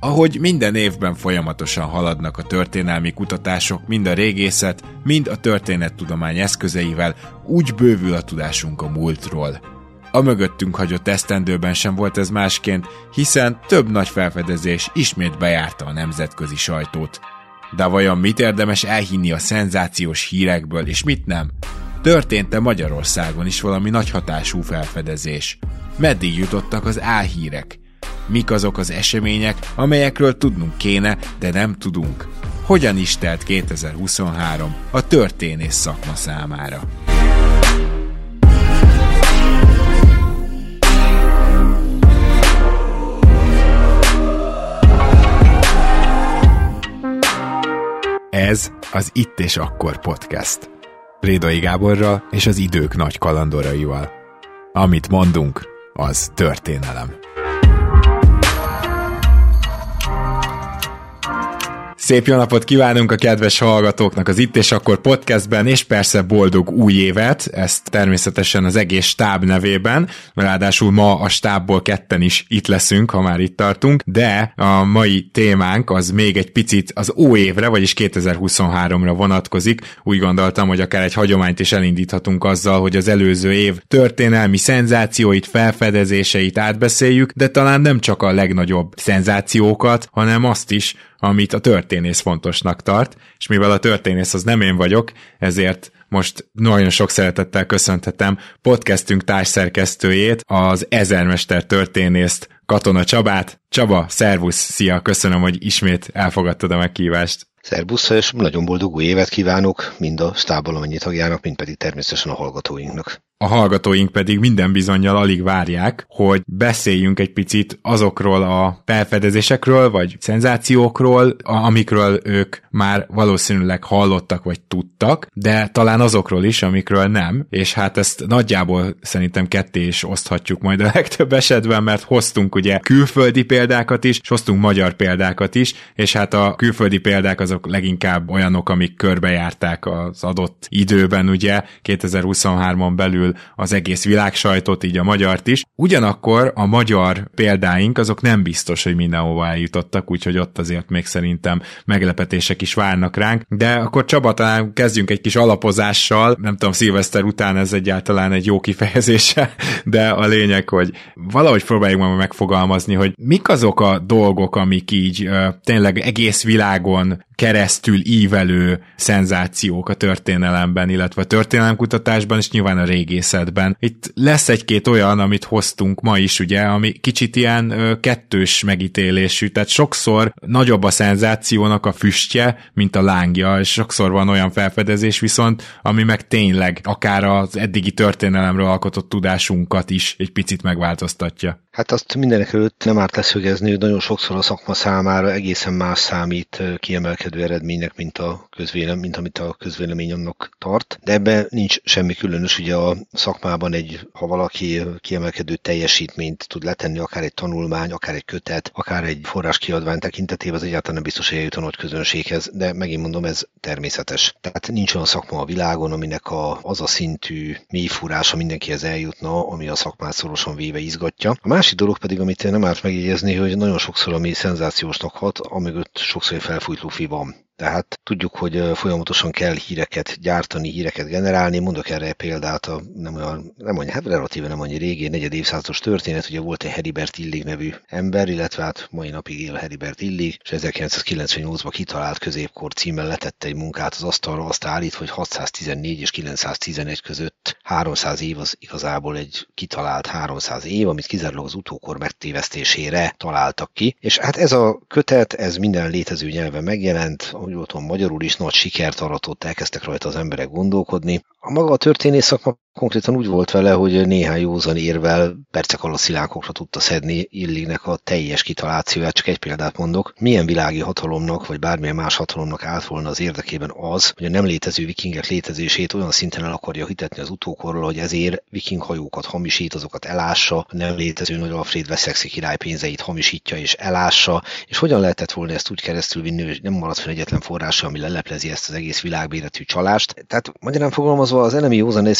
Ahogy minden évben folyamatosan haladnak a történelmi kutatások, mind a régészet, mind a történettudomány eszközeivel, úgy bővül a tudásunk a múltról. A mögöttünk hagyott esztendőben sem volt ez másként, hiszen több nagy felfedezés ismét bejárta a nemzetközi sajtót. De vajon mit érdemes elhinni a szenzációs hírekből, és mit nem? Történt-e Magyarországon is valami nagy hatású felfedezés? Meddig jutottak az álhírek? Mik azok az események, amelyekről tudnunk kéne, de nem tudunk? Hogyan is telt 2023 a történész szakma számára? Ez az Itt és Akkor podcast. Rédai Gáborral és az idők nagy kalandoraival. Amit mondunk, az történelem. Szép jó napot kívánunk a kedves hallgatóknak az Itt és Akkor podcastben, és persze boldog új évet, ezt természetesen az egész stáb nevében, ráadásul ma a stábból ketten is itt leszünk, ha már itt tartunk, de a mai témánk az még egy picit az óévre, vagyis 2023-ra vonatkozik. Úgy gondoltam, hogy akár egy hagyományt is elindíthatunk azzal, hogy az előző év történelmi szenzációit, felfedezéseit átbeszéljük, de talán nem csak a legnagyobb szenzációkat, hanem azt is, amit a történész fontosnak tart, és mivel a történész az nem én vagyok, ezért most nagyon sok szeretettel köszönhetem podcastünk társszerkesztőjét, az ezermester történészt, Katona Csabát. Csaba, szervusz, szia, köszönöm, hogy ismét elfogadtad a meghívást. Szervusz, és nagyon boldog új évet kívánok mind a stáb valamennyi tagjának, mind pedig természetesen a hallgatóinknak. A hallgatóink pedig minden bizonnyal alig várják, hogy beszéljünk egy picit azokról a felfedezésekről, vagy szenzációkról, amikről ők már valószínűleg hallottak, vagy tudtak, de talán azokról is, amikről nem, és hát ezt nagyjából szerintem ketté is oszthatjuk majd a legtöbb esetben, mert hoztunk ugye külföldi példákat is, és hoztunk magyar példákat is, és hát a külföldi példák azok leginkább olyanok, amik körbejárták az adott időben, ugye 2023-on belül az egész világsajtot, így a magyart is. Ugyanakkor a magyar példáink azok nem biztos, hogy mindenhova eljutottak, úgyhogy ott azért még szerintem meglepetések is várnak ránk. De akkor Csaba, talán kezdjünk egy kis alapozással, nem tudom, szilveszter után ez egyáltalán egy jó kifejezése, de a lényeg, hogy valahogy próbáljuk majd megfogalmazni, hogy mik azok a dolgok, amik így tényleg egész világon keresztül ívelő szenzációk a történelemben, illetve a történelemkutatásban, és nyilván a régészetben. Itt lesz egy-két olyan, amit hoztunk ma is, ugye, ami kicsit ilyen kettős megítélésű, tehát sokszor nagyobb a szenzációnak a füstje, mint a lángja, és sokszor van olyan felfedezés viszont, ami meg tényleg akár az eddigi történelemről alkotott tudásunkat is egy picit megváltoztatja. Hát azt mindenekelőtt nem árt leszögezni, hogy nagyon sokszor a szakma számára egészen más számít kiemelkedő eredménynek, mint amit a közvélemény annak tart. De ebben nincs semmi különös, ugye a szakmában ha valaki kiemelkedő teljesítményt tud letenni, akár egy tanulmány, akár egy kötet, akár egy forráskiadvány tekintetében, az egyáltalán nem biztos, hogy eljut a nagy közönséghez, de megint mondom, ez természetes. Tehát nincs olyan szakma a világon, aminek az a szintű mélyfúrása mindenkihez eljutna, ami a szakmát szorosan véve izgatja. A másik dolog pedig, amit nem árt megjegyezni, hogy nagyon sokszor ami szenzációsnak hat, amögött sokszor egy felfújt lufi van. Tehát tudjuk, hogy folyamatosan kell híreket gyártani, híreket generálni. Mondok erre példát, relatíve nem annyi régi, negyed évszázados történet, ugye volt egy Heribert Illig nevű ember, illetve hát mai napig él Heribert Illig, és 1998-ban kitalált középkor címmel letette egy munkát az asztalra, azt állít, hogy 614 és 911 között 300 év az igazából egy kitalált 300 év, amit kizárólag az utókor megtévesztésére találtak ki. És hát ez a kötet, ez minden létező nyelven megjelent, ahogy voltam magyarul is, nagy sikert aratott, elkezdtek rajta az emberek gondolkodni. A maga a történész szakma konkrétan úgy volt vele, hogy néhány józan érvel percek alatt szilánkokra tudta szedni Illignek a teljes kitalációját. Csak egy példát mondok. Milyen világi hatalomnak, vagy bármilyen más hatalomnak állt volna az érdekében az, hogy a nem létező vikingek létezését olyan szinten el akarja hitetni az utókorról, hogy ezért viking hajókat hamisít, azokat elássa, a nem létező Nagy Alfréd Wessexi király pénzeit hamisítja és elássa, és hogyan lehetett volna ezt úgy keresztül vinni, hogy nem maradt fel egyetlen forrása, ami leleplezi ezt az egész világméretű csalást. Tehát magyarán fogalmazva az elemi józan ész mentén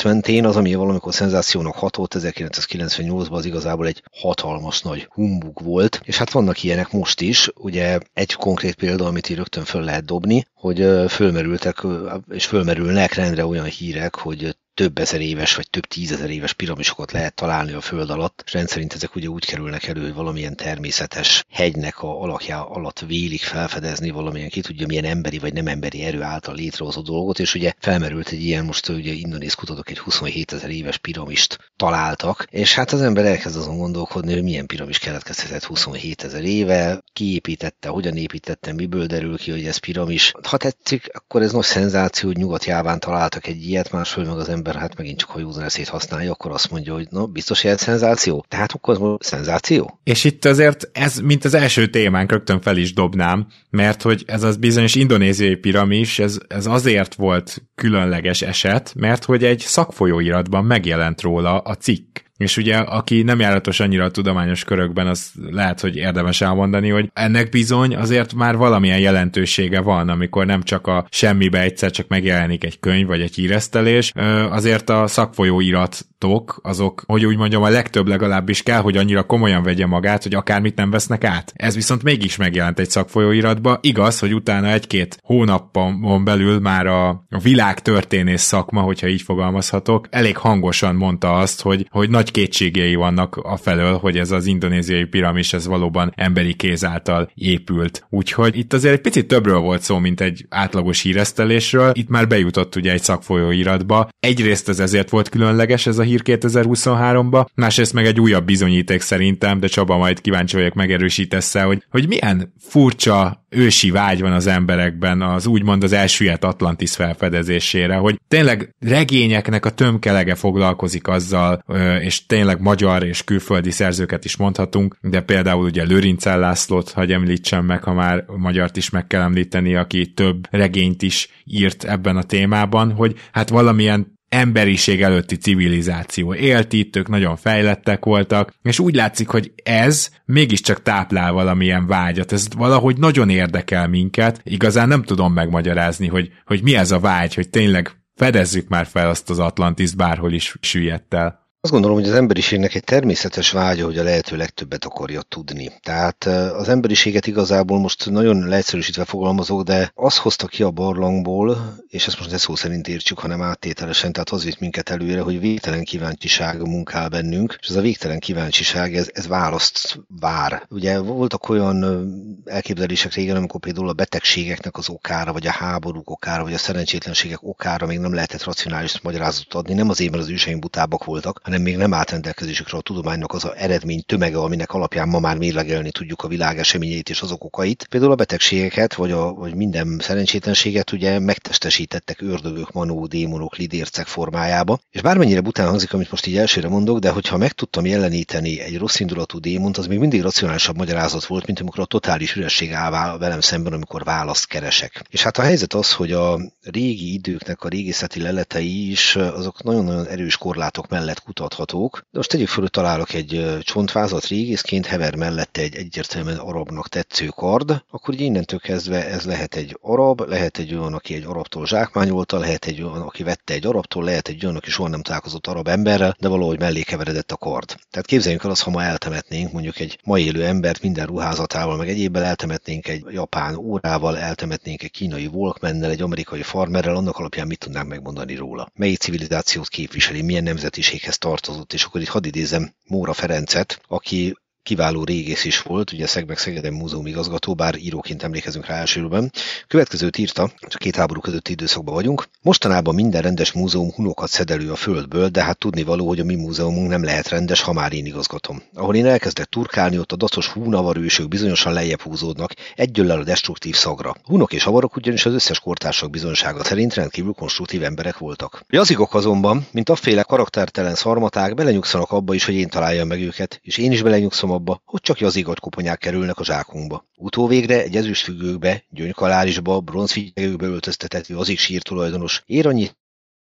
végén az, ami valamikor szenzációnak hatott 1998-ban, az igazából egy hatalmas nagy humbug volt, és hát vannak ilyenek most is, ugye egy konkrét példa, amit így rögtön föl lehet dobni, hogy fölmerültek és fölmerülnek rendre olyan hírek, hogy több ezer éves vagy több tízezer éves piramisokat lehet találni a föld alatt, és rendszerint ezek ugye úgy kerülnek elő, hogy valamilyen természetes hegynek a alakja alatt vélik felfedezni valamilyen, ki tudja milyen emberi vagy nem emberi erő által létrehozott dolgot, és ugye felmerült egy ilyen, most ugye indonéz kutatók egy 27 000 éves piramist találtak, és hát az ember elkezd azon gondolkodni, hogy milyen piramis keletkezhetett 27 000 éve, ki építette, hogyan építette, miből derül ki, hogy ez piramis. Ha tetszik, akkor ez nagy szenzáció, hogy nyugat jáván találtak egy ilyet, másfél meg az ember hát megint csak, ha józan eszét használja, akkor azt mondja, hogy na, biztos ilyen szenzáció? Tehát akkor az szenzáció? És itt azért ez, mint az első témánk, rögtön fel is dobnám, mert hogy ez az bizonyos indonéziai piramis, ez azért volt különleges eset, mert hogy egy szakfolyóiratban megjelent róla a cikk. És ugye, aki nem járatos annyira a tudományos körökben, az lehet, hogy érdemes elmondani, hogy ennek bizony azért már valamilyen jelentősége van, amikor nem csak a semmibe egyszer csak megjelenik egy könyv vagy egy híresztelés, azért a szakfolyóiratok, azok, hogy úgy mondjam, a legtöbb legalábbis kell, hogy annyira komolyan vegye magát, hogy akármit nem vesznek át. Ez viszont mégis megjelent egy szakfolyóiratba. Igaz, hogy utána egy-két hónapon belül már a világ történész szakma, hogyha így fogalmazhatok, elég hangosan mondta azt, hogy nagy kétségei vannak afelől, hogy ez az indonéziai piramis, ez valóban emberi kéz által épült. Úgyhogy itt azért egy picit többről volt szó, mint egy átlagos híresztelésről. Itt már bejutott ugye egy szakfolyóiratba. Egyrészt ez ezért volt különleges ez a hír 2023-ba, másrészt meg egy újabb bizonyíték szerintem, de Csaba, majd kíváncsi vagyok, megerősítesz-e, hogy milyen furcsa ősi vágy van az emberekben az úgymond az elsüllyedt Atlantis felfedezésére, hogy tényleg regényeknek a tömkelege foglalkozik azzal, és tényleg magyar és külföldi szerzőket is mondhatunk, de például ugye Lőrincel Lászlót hagy említsem meg, ha már magyart is meg kell említeni, aki több regényt is írt ebben a témában, hogy hát valamilyen emberiség előtti civilizáció élt itt, ők nagyon fejlettek voltak, és úgy látszik, hogy ez mégiscsak táplál valamilyen vágyat, ez valahogy nagyon érdekel minket, igazán nem tudom megmagyarázni, hogy mi ez a vágy, hogy tényleg fedezzük már fel azt az Atlantiszt, bárhol is süllyedt el. Azt gondolom, hogy az emberiségnek egy természetes vágya, hogy a lehető legtöbbet akarja tudni. Tehát az emberiséget igazából most nagyon leegyszerűsítve fogalmazok, de azt hozta ki a barlangból, és ezt most ne szó szerint értsük, hanem áttételesen, tehát az vitt minket előre, hogy végtelen kíváncsiság munkál bennünk, és ez a végtelen kíváncsiság, ez választ vár. Ugye voltak olyan elképzelések régen, amikor például a betegségeknek az okára, vagy a háborúk okára, vagy a szerencsétlenségek okára még nem lehetett racionális magyarázatot adni, nem azért, mert az őseink butábbak voltak, hanem még nem állt rendelkezésükre a tudománynak az a eredmény tömege, aminek alapján ma már mérlegelni tudjuk a világ eseményeit és azok okait. Például a betegségeket, vagy minden szerencsétlenséget ugye megtestesítettek ördögök, manó, démonok, lidércek formájába. És bármennyire bután hangzik, amit most így elsőre mondok, de hogyha meg tudtam jeleníteni egy rosszindulatú démont, az még mindig racionálisabb magyarázat volt, mint amikor a totális üresség áll velem szemben, amikor választ keresek. És hát a helyzet az, hogy a régi időknek a régészeti leletei is azok nagyon-nagyon erős korlátok mellett kutathatók. De most tegyük föl, hogy találok egy csontvázat régészként, hever mellette egy egyértelműen arabnak tetsző kard, akkor így innentől kezdve ez lehet egy arab, lehet egy olyan, aki egy arabtól zsákmányolta, lehet egy olyan, aki vette egy arabtól, lehet egy olyan, aki soha nem találkozott arab emberrel, de valahogy mellé keveredett a kard. Tehát képzeljünk el azt, ha ma eltemetnénk mondjuk egy ma élő embert minden ruházatával, meg egyébben eltemetnénk egy japán órával, eltemetnénk egy kínai Walkmannel, egy amerikai farmerrel, annak alapján mit tudnánk megmondani róla? Melyik civilizációt képviseli, milyen nemzetiséghez tartozott, és akkor itt hadd idézem Móra Ferencet, aki kiváló régész is volt, ugye Szegeden múzeum igazgató, bár íróként emlékezünk rá elsőben. Következőt írta, csak két háború közötti időszakban vagyunk. Mostanában minden rendes múzeum hunokat szed elő a földből, de hát tudnivaló, hogy a mi múzeumunk nem lehet rendes, ha már én igazgatom. Ahol én elkezdek turkálni, ott a dacos húnavarősök bizonyosan lejjebb húzódnak, egyöllel a destruktív szagra. Hunok és avarok ugyanis az összes kortársak bizonysága szerint rendkívül konstruktív emberek voltak. A jazigok azonban, mint afféle karaktertelen szarmaták, belenyugszanak abba is, hogy én találjam meg őket, és én is belenyugszom abba, hogy csak jazigot koponyák kerülnek a zsákunkba. Utóvégre egy ezüstfüggőkbe, gyöngykalárisba, bronzfigyegőkbe öltöztetett jazik sír tulajdonos ér annyit,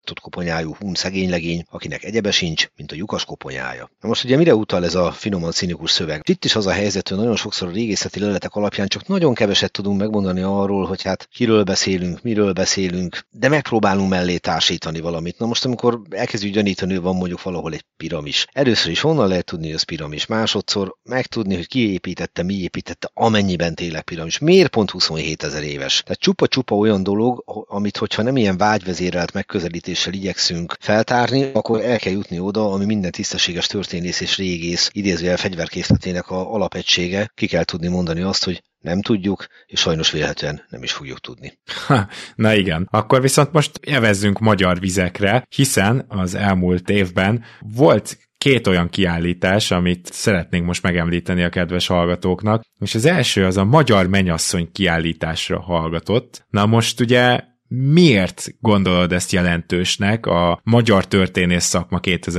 koponyájú szegény legény, akinek egyebe sincs, mint a lyukas koponyája. Na most ugye mire utal ez a finoman cinikus szöveg? Itt is az a helyzet, hogy nagyon sokszor a régészeti leletek alapján csak nagyon keveset tudunk megmondani arról, hogy hát kiről beszélünk, miről beszélünk, de megpróbálunk mellé társítani valamit. Na most, amikor elkezdjük gyanítani, hogy van mondjuk valahol egy piramis. Először is honnan lehet tudni, hogy ez piramis? Másodszor megtudni, hogy ki építette, mi építette, amennyiben tényleg piramis. Miért pont 27 000 éves? Tehát csupa-csupa olyan dolog, amit hogyha nem ilyen vágyvezérelt megközelítéssel igyekszünk feltárni, akkor el kell jutni oda, ami minden tisztességes történész és régész idézőjel fegyverkészletének a alapegysége. Ki kell tudni mondani azt, hogy nem tudjuk, és sajnos vélhetően nem is fogjuk tudni. Na igen, akkor viszont most evezzünk magyar vizekre, hiszen az elmúlt évben volt 2 olyan kiállítás, amit szeretnénk most megemlíteni a kedves hallgatóknak, és az első az a Magyar Mennyasszony kiállításra hallgatott. Na most ugye miért gondolod ezt jelentősnek a magyar történész szakma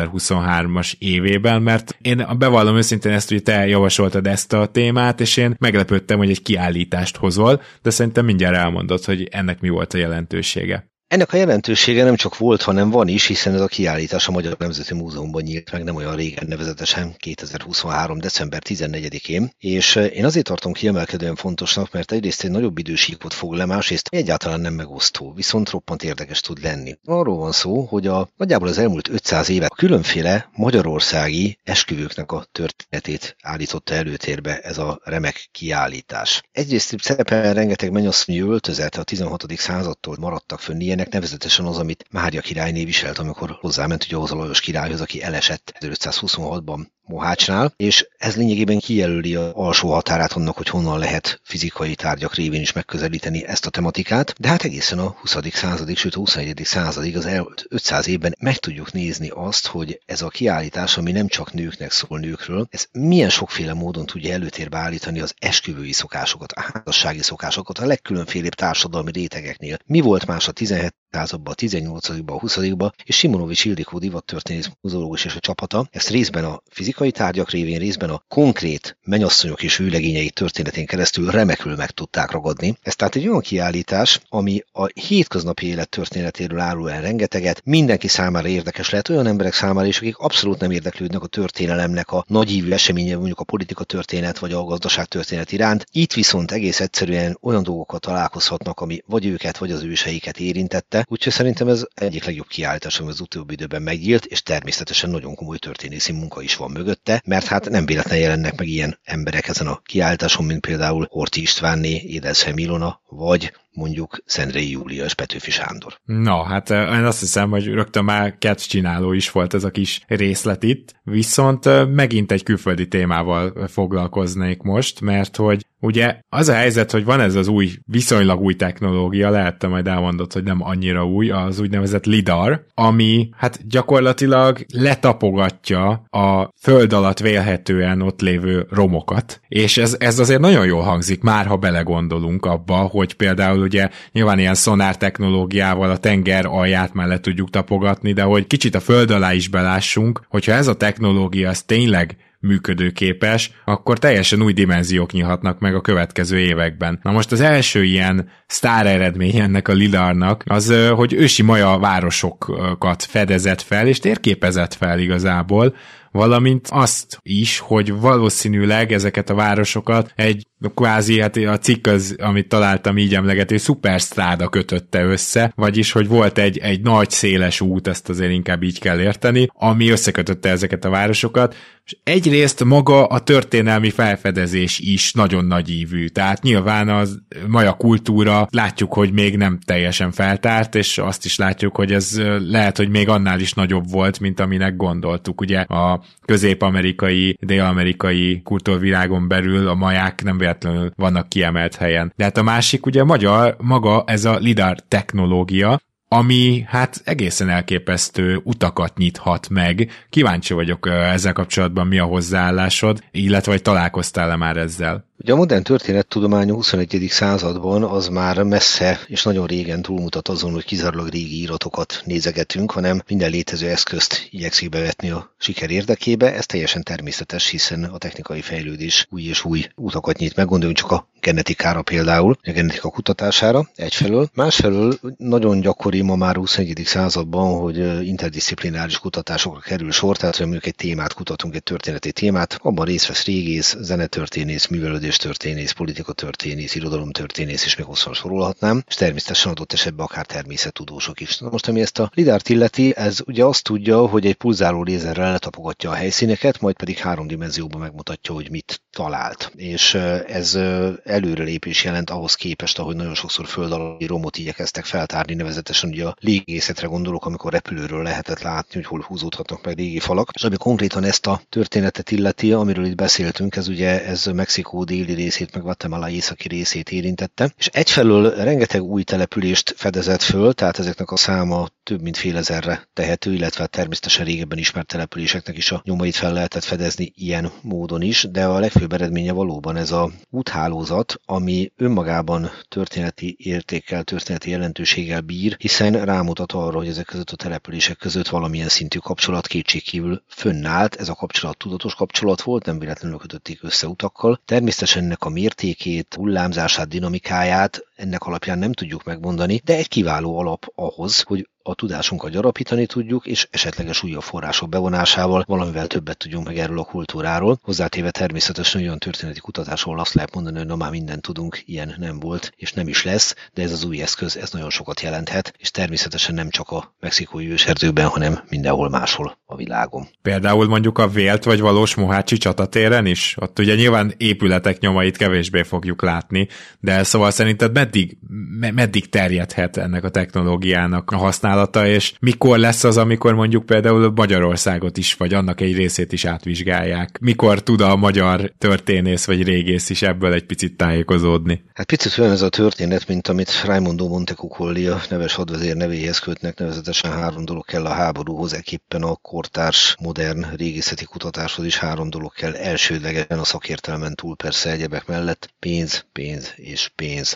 2023-as évében? Mert én bevallom őszintén ezt, hogy te javasoltad ezt a témát, és én meglepődtem, hogy egy kiállítást hozol, de szerintem mindjárt elmondod, hogy ennek mi volt a jelentősége. Ennek a jelentősége nem csak volt, hanem van is, hiszen ez a kiállítás a Magyar Nemzeti Múzeumban nyílt meg nem olyan régen, nevezetesen 2023. december 14-én, és én azért tartom kiemelkedően fontosnak, mert egyrészt egy nagyobb idősíkot fog le, másrészt egyáltalán nem megosztó, viszont roppant érdekes tud lenni. Arról van szó, hogy nagyjából az elmúlt 500 évet a különféle magyarországi esküvőknek a történetét állította előtérbe ez a remek kiállítás. Egyrészt szerepel rengeteg mennyasszonyi öltözet, a 16. századtól maradtak fönn ilyenek, nevezetesen az, amit Mária királyné viselt, amikor hozzáment ugye ahhoz a Lajos királyhoz, aki elesett 1526-ban Mohácsnál, és ez lényegében kijelöli az alsó határát annak, hogy honnan lehet fizikai tárgyak révén is megközelíteni ezt a tematikát, de hát egészen a 20. századig, sőt a 21. századig, az elmúlt 500 évben meg tudjuk nézni azt, hogy ez a kiállítás, ami nem csak nőknek szól nőkről, ez milyen sokféle módon tudja előtérbe állítani az esküvői szokásokat, a házassági szokásokat, a legkülönfélébb társadalmi rétegeknél. Mi volt más a 17. században, a 18-ban, a 20-ban, és Simonovics Ildikó divattörténész muzológus és a csapata ezt részben a fizikai tárgyak révén, részben a konkrét mennyasszonyok és vőlegényei történetén keresztül remekül meg tudták ragadni. Ez tehát egy olyan kiállítás, ami a hétköznapi élet történetéről árul el rengeteget, mindenki számára érdekes lehet, olyan emberek számára is, akik abszolút nem érdeklődnek a történelemnek a nagyívű eseménye, mondjuk a politika történet vagy a gazdaság történet iránt. Itt viszont egész egyszerűen olyan dolgokkal találkozhatnak, ami vagy őket, vagy az őseiket érintette. Úgyhogy szerintem ez egyik legjobb kiállítás, ami az utóbbi időben megnyílt, és természetesen nagyon komoly történészi munka is van mögötte, mert hát nem véletlen jelennek meg ilyen emberek ezen a kiállításon, mint például Horthy Istvánné, Édelszheim Ilona, vagy mondjuk Szendrei Júlia és Petőfi Sándor. Na, hát én azt hiszem, hogy rögtön már catch-csináló is volt ez a kis részlet itt, viszont megint egy külföldi témával foglalkoznék most, mert hogy ugye az a helyzet, hogy van ez az új, viszonylag új technológia, lehet te majd elmondod, hogy nem annyira új, az úgynevezett LIDAR, ami hát gyakorlatilag letapogatja a föld alatt vélhetően ott lévő romokat, és ez azért nagyon jól hangzik már, ha belegondolunk abba, hogy például ugye nyilván ilyen szonár technológiával a tenger alját már le tudjuk tapogatni, de hogy kicsit a föld alá is belássunk, hogyha ez a technológia az tényleg működőképes, akkor teljesen új dimenziók nyílhatnak meg a következő években. Na most az első ilyen sztár eredmény ennek a LIDAR-nak az, hogy ősi maja városokat fedezett fel, és térképezett fel igazából, valamint azt is, hogy valószínűleg ezeket a városokat egy kvázi, hát a cikk az, amit találtam így emlegető, szupersztráda kötötte össze, vagyis, hogy volt egy nagy széles út, ezt azért inkább így kell érteni, ami összekötötte ezeket a városokat, és egyrészt maga a történelmi felfedezés is nagyon nagyívű, tehát nyilván az maja kultúra látjuk, hogy még nem teljesen feltárt, és azt is látjuk, hogy ez lehet, hogy még annál is nagyobb volt, mint aminek gondoltuk. Ugye a közép-amerikai, dél-amerikai kultúrvilágon belül a maják nem véletlenül vannak kiemelt helyen. De hát a másik ugye maga ez a LIDAR technológia, ami hát egészen elképesztő utakat nyithat meg. Kíváncsi vagyok ezzel kapcsolatban, mi a hozzáállásod, illetve hogy találkoztál-e már ezzel? Ugye a modern történettudomány a 21. században az már messze és nagyon régen túlmutat azon, hogy kizárólag régi iratokat nézegetünk, hanem minden létező eszközt igyekszik bevetni a siker érdekébe. Ez teljesen természetes, hiszen a technikai fejlődés új és új utakat nyit meg. Gondoljunk csak a genetikára például, a genetika kutatására egyfelől. Másfelől nagyon gyakori ma már 21. században, hogy interdisziplináris kutatásokra kerül sor, tehát hogy mondjuk egy témát kutatunk, egy történeti témát, abban részt vesz régész, zenetörténész, művelődéstörténész, politikatörténész, irodalomtörténész, és még hosszan sorolhatnám, és természetesen adott esetben akár természettudósok is. Na most, ami ezt a lidárt illeti, ez ugye azt tudja, hogy egy pulzáló lézerrel letapogatja a helyszíneket, majd pedig 3 dimenzióban megmutatja, hogy mit talált. És ez előrelépés jelent ahhoz képest, ahogy nagyon sokszor föld alatti romot igyekeztek feltárni, nevezetesen ugye a légészetre gondolok, amikor repülőről lehetett látni, hogy hol húzódhatnak meg légi falak. És ami konkrétan ezt a történetet illeti, amiről itt beszéltünk, ez Mexikó déli részét, meg Guatemala északi részét érintette. És egyfelől rengeteg új települést fedezett föl, tehát ezeknek a száma több mint fél ezerre tehető, illetve természetesen régebben ismert településeknek is a nyomait fel lehetett fedezni ilyen módon is, de a legfőbb eredménye valóban ez a úthálózat, ami önmagában történeti értékkel, történeti jelentőséggel bír, hiszen rámutat arra, hogy ezek között a települések között valamilyen szintű kapcsolat kétségkívül fönnállt. Ez a kapcsolat tudatos kapcsolat volt, nem véletlenül kötötték össze utakkal. Természetesen ennek a mértékét, hullámzását, dinamikáját ennek alapján nem tudjuk megmondani, de egy kiváló alap ahhoz, hogy a tudásunkat gyarapítani tudjuk, és esetleges újabb források bevonásával valamivel többet tudjunk meg erről a kultúráról. Hozzátéve természetesen olyan történeti kutatásról azt lehet mondani, hogy na már mindent tudunk, ilyen nem volt, és nem is lesz, de ez az új eszköz, ez nagyon sokat jelenthet, és természetesen nem csak a mexikói őserdőkben, hanem mindenhol máshol a világon. Például mondjuk a vélt vagy valós mohácsi csatatéren is? Ott ugye nyilván épületek nyomait kevésbé fogjuk látni, de szóval szerinted meddig terjedhet ennek a technológiának a használata, és mikor lesz az, amikor mondjuk például Magyarországot is, vagy annak egy részét is átvizsgálják? Mikor tud a magyar történész vagy régész is ebből egy picit tájékozódni? Hát picit olyan ez a történet, mint amit Raimondo Montecuccoli a neves hadvezér nevéhez kötnek, nevezetesen 3 dolog kell a háborúhoz, ekképpen a kortárs modern régészeti kutatáshoz is 3 dolog kell elsődlegesen a szakértelmen túl persze egyebek mellett: pénz, pénz és pénz.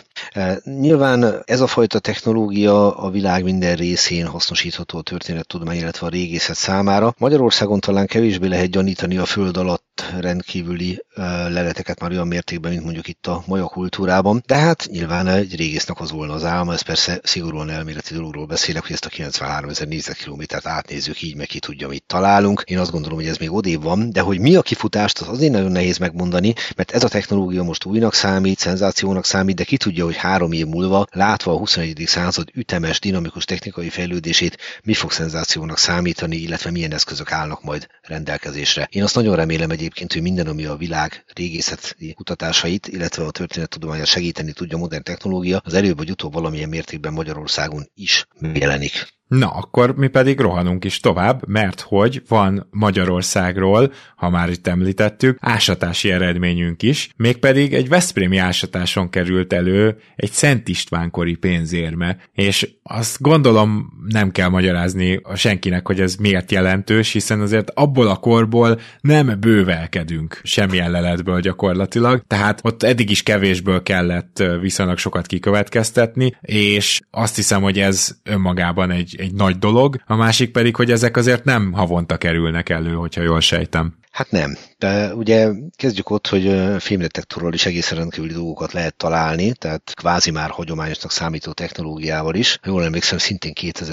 Nyilván ez a fajta technológia a világ minden részén hasznosítható a történettudomány, illetve a régészet számára. Magyarországon talán kevésbé lehet gyanítani a föld alatt rendkívüli leleteket már olyan mértékben, mint mondjuk itt a maja kultúrában, de hát nyilván egy régésznek az volna az álma, ez persze szigorúan elméleti dologról beszélek, hogy ezt a 93 000 négyzetkilométert átnézzük így, meg ki tudja, mit találunk. Én azt gondolom, hogy ez még odébb van, de hogy mi a kifutást, az azért nagyon nehéz megmondani, mert ez a technológia most újnak számít, szenzációnak számít, de ki tudja, hogy 3 év múlva, látva a 21. század ütemes, dinamikus technikai fejlődését, mi fog szenzációnak számítani, illetve milyen eszközök állnak majd rendelkezésre. Én azt nagyon remélem egyébként, hogy minden, ami a világ régészeti kutatásait, illetve a történettudományát segíteni tudja modern technológia, az előbb vagy utóbb valamilyen mértékben Magyarországon is megjelenik. Na, akkor mi pedig rohanunk is tovább, mert hogy van Magyarországról, ha már itt említettük, ásatási eredményünk is, mégpedig egy veszprémi ásatáson került elő egy Szent Istvánkori pénzérme, és azt gondolom nem kell magyarázni senkinek, hogy ez miért jelentős, hiszen azért abból a korból nem bővelkedünk semmilyen leletből gyakorlatilag, tehát ott eddig is kevésből kellett viszonylag sokat kikövetkeztetni, és azt hiszem, hogy ez önmagában egy nagy dolog, a másik pedig, hogy ezek azért nem havonta kerülnek elő, hogyha jól sejtem. Hát nem. De ugye kezdjük ott, hogy fémdetektorral is egészen rendkívüli dolgokat lehet találni, tehát kvázi már hagyományosnak számító technológiával is. Ha jól emlékszem, szintén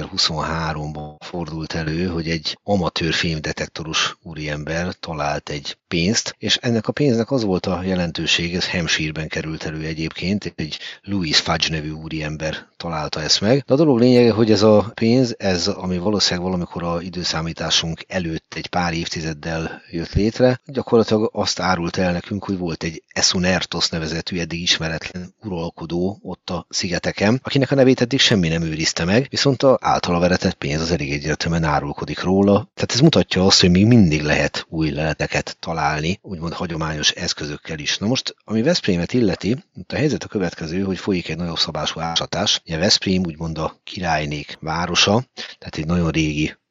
2023-ban fordult elő, hogy egy amatőr fémdetektoros úriember talált egy pénzt, és ennek a pénznek az volt a jelentőség, ez Hampshire-ben került elő egyébként, egy Louis Fudge nevű úriember találta ezt meg. De a dolog lényege, hogy ez a pénz, ez, ami valószínűleg valamikor a időszámításunk előtt egy pár évtizeddel jött létre, gyakorlatilag azt árult el nekünk, hogy volt egy Esunertos nevezetű, eddig ismeretlen uralkodó ott a szigeteken, akinek a nevét eddig semmi nem őrizte meg, viszont az általa veretett pénz az elég egyértelműen árulkodik róla. Tehát ez mutatja azt, hogy még mindig lehet új leleteket találni, úgymond hagyományos eszközökkel is. Na most, ami Veszprémet illeti, a helyzet a következő, hogy folyik egy nagyobb szabású ásatás. Veszprém úgymond a királynék városa, tehát egy nagyon régi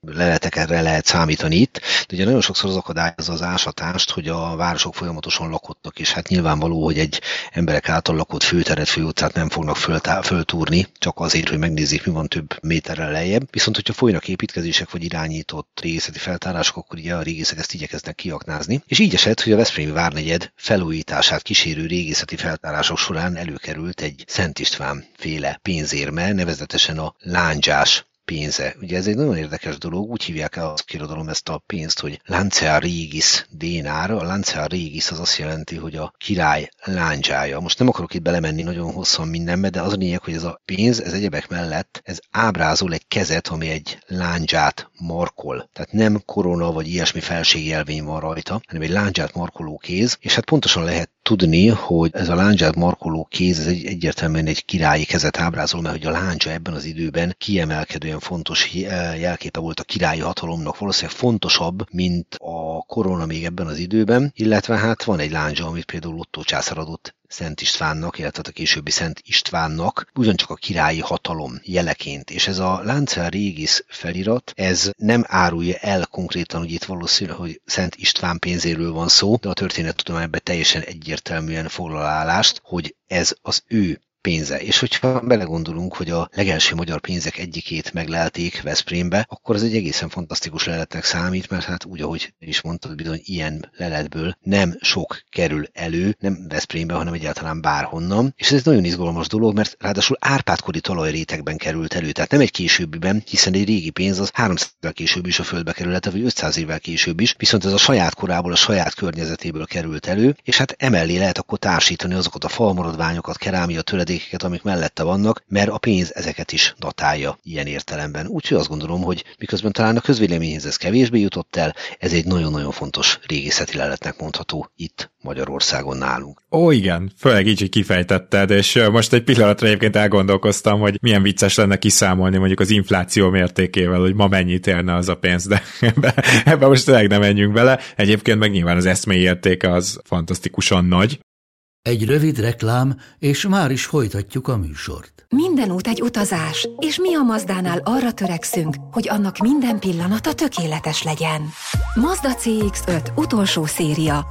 leletekre lehet számítani itt, de ugye nagyon sokszor az akadályozza az ásatást, hogy a városok folyamatosan lakottak, és hát nyilvánvaló, hogy egy emberek által lakott főteret, főutcát nem fognak föltúrni, csak azért, hogy megnézzék, mi van több méterrel lejjebb. Viszont, hogyha folynak építkezések vagy irányított régészeti feltárások, akkor ugye a régészek ezt igyekeznek kiaknázni. És így esett, hogy a veszprémi várnegyed felújítását kísérő régészeti feltárások során előkerült egy Szent István féle pénzérme, nevezetesen a lándzsás pénze. Ugye ez egy nagyon érdekes dolog, úgy hívják el az irodalom ezt a pénzt, hogy Lancea Regis dénár. A Lancea Regis az azt jelenti, hogy a király lándzsája. Most nem akarok itt belemenni nagyon hosszan mindenbe, de az a lényeg, hogy ez a pénz, ez egyebek mellett, ez ábrázol egy kezet, ami egy lándzsát markol. Tehát nem korona vagy ilyesmi felségjelvény van rajta, hanem egy lándzsát markoló kéz, és hát pontosan lehet tudni, hogy ez a lándzsát markoló kéz, ez egyértelműen egy királyi kezet ábrázol, mert hogy a lándzsa ebben az időben kiemelkedően fontos jelképe volt a királyi hatalomnak, valószínűleg fontosabb, mint a korona még ebben az időben, illetve hát van egy lándzsa, amit például Ottó császár adott Szent Istvánnak, illetve a későbbi Szent Istvánnak, ugyancsak a királyi hatalom jeleként. És ez a Lancea Regis felirat, ez nem árulja el konkrétan, hogy itt valószínűleg, hogy Szent István pénzéről van szó, de a történettudományban teljesen egyértelműen foglal állást, hogy ez az ő pénze. És hogyha belegondolunk, hogy a legelső magyar pénzek egyikét meglelték Veszprémbe, akkor ez egy egészen fantasztikus leletnek számít, mert hát úgy, ahogy is mondtad, bizony ilyen leletből nem sok kerül elő, nem Veszprémbe, hanem egyáltalán bárhonnan. És ez egy nagyon izgalmas dolog, mert ráadásul árpádkori talajrétegben került elő, tehát nem egy későbbiben, hiszen egy régi pénz az 300 évvel később is a földbe kerülhet, vagy 500 évvel később is, viszont ez a saját korából, a saját környezetéből került elő, és hát emellé lehet akkor társítani azokat a falmaradványokat, kerámia töredékeket, amik mellette vannak, mert a pénz ezeket is datálja ilyen értelemben. Úgyhogy azt gondolom, hogy miközben talán a közvéleményhez ez kevésbé jutott el, ez egy nagyon-nagyon fontos régészeti leletnek mondható itt Magyarországon nálunk. Ó, igen, főleg így, hogy kifejtetted, és most egy pillanatra egyébként elgondolkoztam, hogy milyen vicces lenne kiszámolni mondjuk az infláció mértékével, hogy ma mennyit érne az a pénz, de ebbe most tényleg nem menjünk bele. Egyébként meg nyilván az eszmei értéke az fantasztikusan nagy. Egy rövid reklám, és már is folytatjuk a műsort. Minden út egy utazás, és mi a Mazdánál arra törekszünk, hogy annak minden pillanata tökéletes legyen. Mazda CX-5 utolsó széria,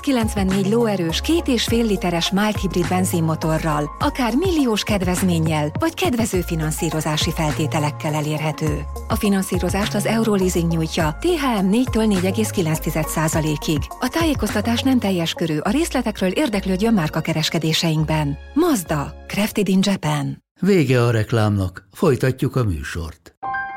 194 lóerős 2,5 literes mild hibrid benzinmotorral, akár milliós kedvezménnyel, vagy kedvező finanszírozási feltételekkel elérhető. A finanszírozást az Euroleasing nyújtja, THM 4-től 4,9%-ig. A tájékoztatás nem teljes körű, a részletekről érdeklődjön márkakereskedéseinkben. Mazda, crafted in Japan. Vége a reklámnak, folytatjuk a műsort.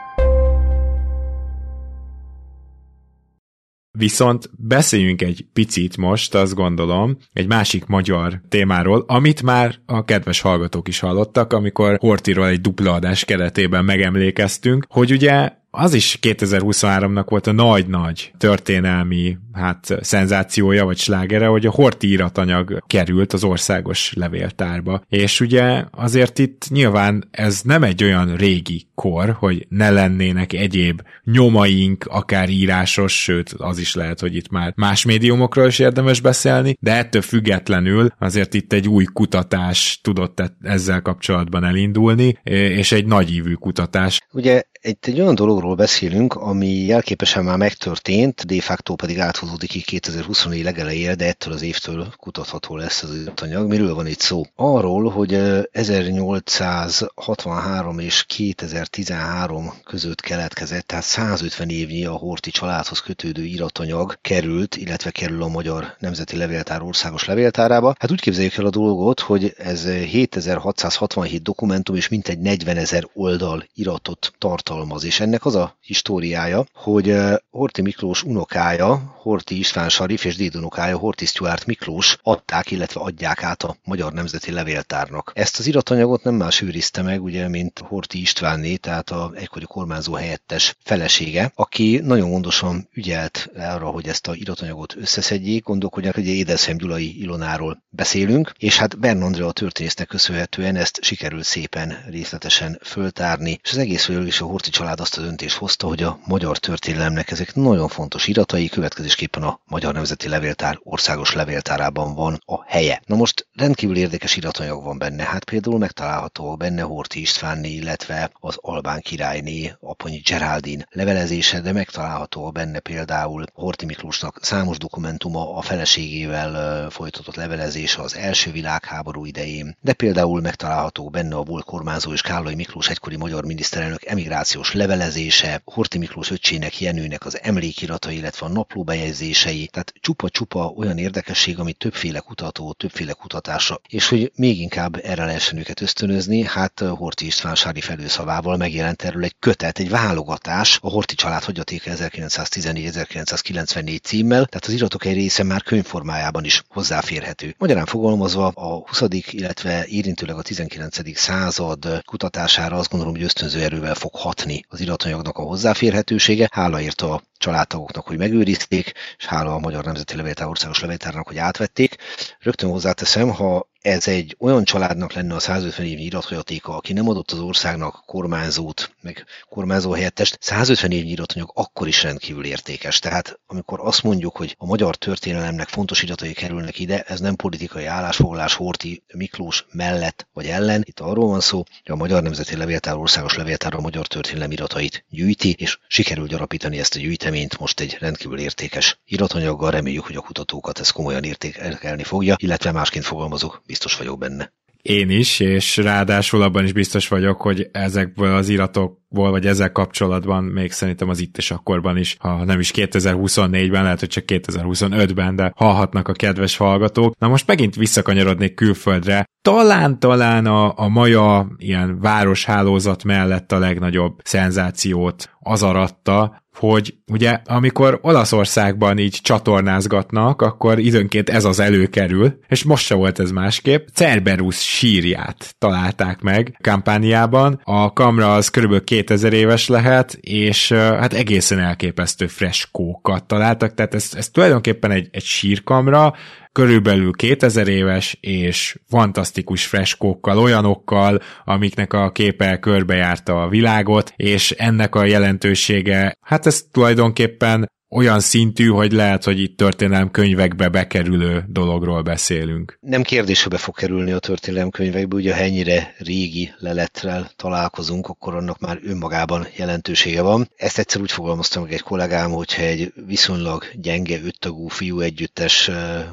Viszont beszéljünk egy picit most, azt gondolom, egy másik magyar témáról, amit már a kedves hallgatók is hallottak, amikor Horthyról egy dupla adás keretében megemlékeztünk, hogy ugye az is 2023-nak volt a nagy-nagy történelmi szenzációja, vagy slágere, hogy a Horthy iratanyag került az országos levéltárba. És ugye azért itt nyilván ez nem egy olyan régi kor, hogy ne lennének egyéb nyomaink, akár írásos, sőt, az is lehet, hogy itt már más médiumokról is érdemes beszélni, de ettől függetlenül azért itt egy új kutatás tudott ezzel kapcsolatban elindulni, és egy nagyívű kutatás. Ugye egy olyan dologról beszélünk, ami jelképesen már megtörtént, de facto pedig áthúzódik ki 2024 legelejére, de ettől az évtől kutatható lesz az iratanyag. Miről van itt szó? Arról, hogy 1863 és 2013 között keletkezett, tehát 150 évnyi a Horthy családhoz kötődő iratanyag került, illetve kerül a Magyar Nemzeti Levéltár országos levéltárába. Hát úgy képzeljük el a dolgot, hogy ez 7667 dokumentum és mintegy 40 000 oldal iratot tartalmaz. És ennek az a históriája, hogy Horthy Miklós unokája, Horthy István Sarif és dédunokája Horthy Stuart Miklós adták, illetve adják át a Magyar Nemzeti Levéltárnak. Ezt az iratanyagot nem más őrizte meg, ugye, mint Horthy Istvánné, tehát az egykori kormányzó helyettes felesége, aki nagyon gondosan ügyelt arra, hogy ezt az iratanyagot összeszedjék. Gondolkodják, hogy Édesheim Gyulai Ilonáról beszélünk, és hát Bern Andrea történésznek köszönhetően ezt sikerült szépen részletesen föltárni, és az egész végül is a Horthy család azt a döntést hozta, hogy a magyar történelemnek ezek nagyon fontos iratai, következésképpen a Magyar Nemzeti Levéltár országos levéltárában van a helye. Na most rendkívül érdekes iratanyag van benne, hát például megtalálható benne Horthy Istvánné, illetve az Albán királyné, Aponyi Geraldine levelezése, de megtalálható benne például Horthy Miklósnak számos dokumentuma, a feleségével folytatott levelezése az első világháború idején, de például megtalálható benne a volt kormányzó és Kállai Miklós egykori magyar miniszterelnök emigrációs levelezése, Horthy Miklós öccsének, Jenőnek az emlékiratai, illetve a naplóbejegyzései, tehát csupa-csupa olyan érdekesség, amit többféle kutató, többféle kutatásra, és hogy még inkább erre lehessen őket ösztönözni, hát Horthy István Sári felőszavával megjelent erről egy kötet, egy válogatás, a Horthy család hagyatéka 1914-1994 címmel, tehát az iratok egy része már könyvformájában is hozzáférhető. Magyarán fogalmazva a 20., illetve érintőleg a 19. század kutatására azt gondolom, hogy ösztönző erővel fog hatni az iratanyagnak a hozzáférhetősége. Hála ért a családtagoknak, hogy megőrizték, és hála a Magyar Nemzeti Levéltár Országos Levéltárnak, hogy átvették. Rögtön hozzáteszem, ha ez egy olyan családnak lenne a 150 évnyi irathagyatéka, aki nem adott az országnak kormányzót, meg kormányzó helyettest, 150 évnyi iratanyag akkor is rendkívül értékes. Tehát amikor azt mondjuk, hogy a magyar történelemnek fontos iratai kerülnek ide, ez nem politikai állásfoglalás Horthy Miklós mellett vagy ellen. Itt arról van szó, hogy a Magyar Nemzeti Levéltár Országos Levéltár a magyar történelem iratait gyűjti, és sikerül gyarapítani ezt a gyűjteményt most egy rendkívül értékes iratanyaggal. Reméljük, hogy a kutatókat ez komolyan értékelni fogja, illetve másként fogalmazok, biztos vagyok benne. Én is, és ráadásul abban is biztos vagyok, hogy ezekből az iratokból, vagy ezzel kapcsolatban még szerintem az itt és akkorban is, ha nem is 2024-ben, lehet, hogy csak 2025-ben, de hallhatnak a kedves hallgatók. Na most megint visszakanyarodnék külföldre. Talán a maja ilyen városhálózat mellett a legnagyobb szenzációt az aratta, hogy ugye amikor Olaszországban így csatornázgatnak, akkor időnként ez az előkerül, és most se volt ez másképp. Cerberus sírját találták meg Campaniában. A kamra az körülbelül 2000 éves lehet, és hát egészen elképesztő freskókat találtak, tehát ez tulajdonképpen egy sírkamra, körülbelül 2000 éves, és fantasztikus freskókkal, olyanokkal, amiknek a képe körbejárta a világot, és ennek a jelentősége, hát ez tulajdonképpen olyan szintű, hogy lehet, hogy itt történelemkönyvekbe bekerülő dologról beszélünk. Nem kérdés, hogy be fog kerülni a történelemkönyvekbe, ugye ha ennyire régi lelettel találkozunk, akkor annak már önmagában jelentősége van. Ezt egyszer úgy fogalmaztam meg egy kollégám, hogyha egy viszonylag gyenge öttagú fiú együttes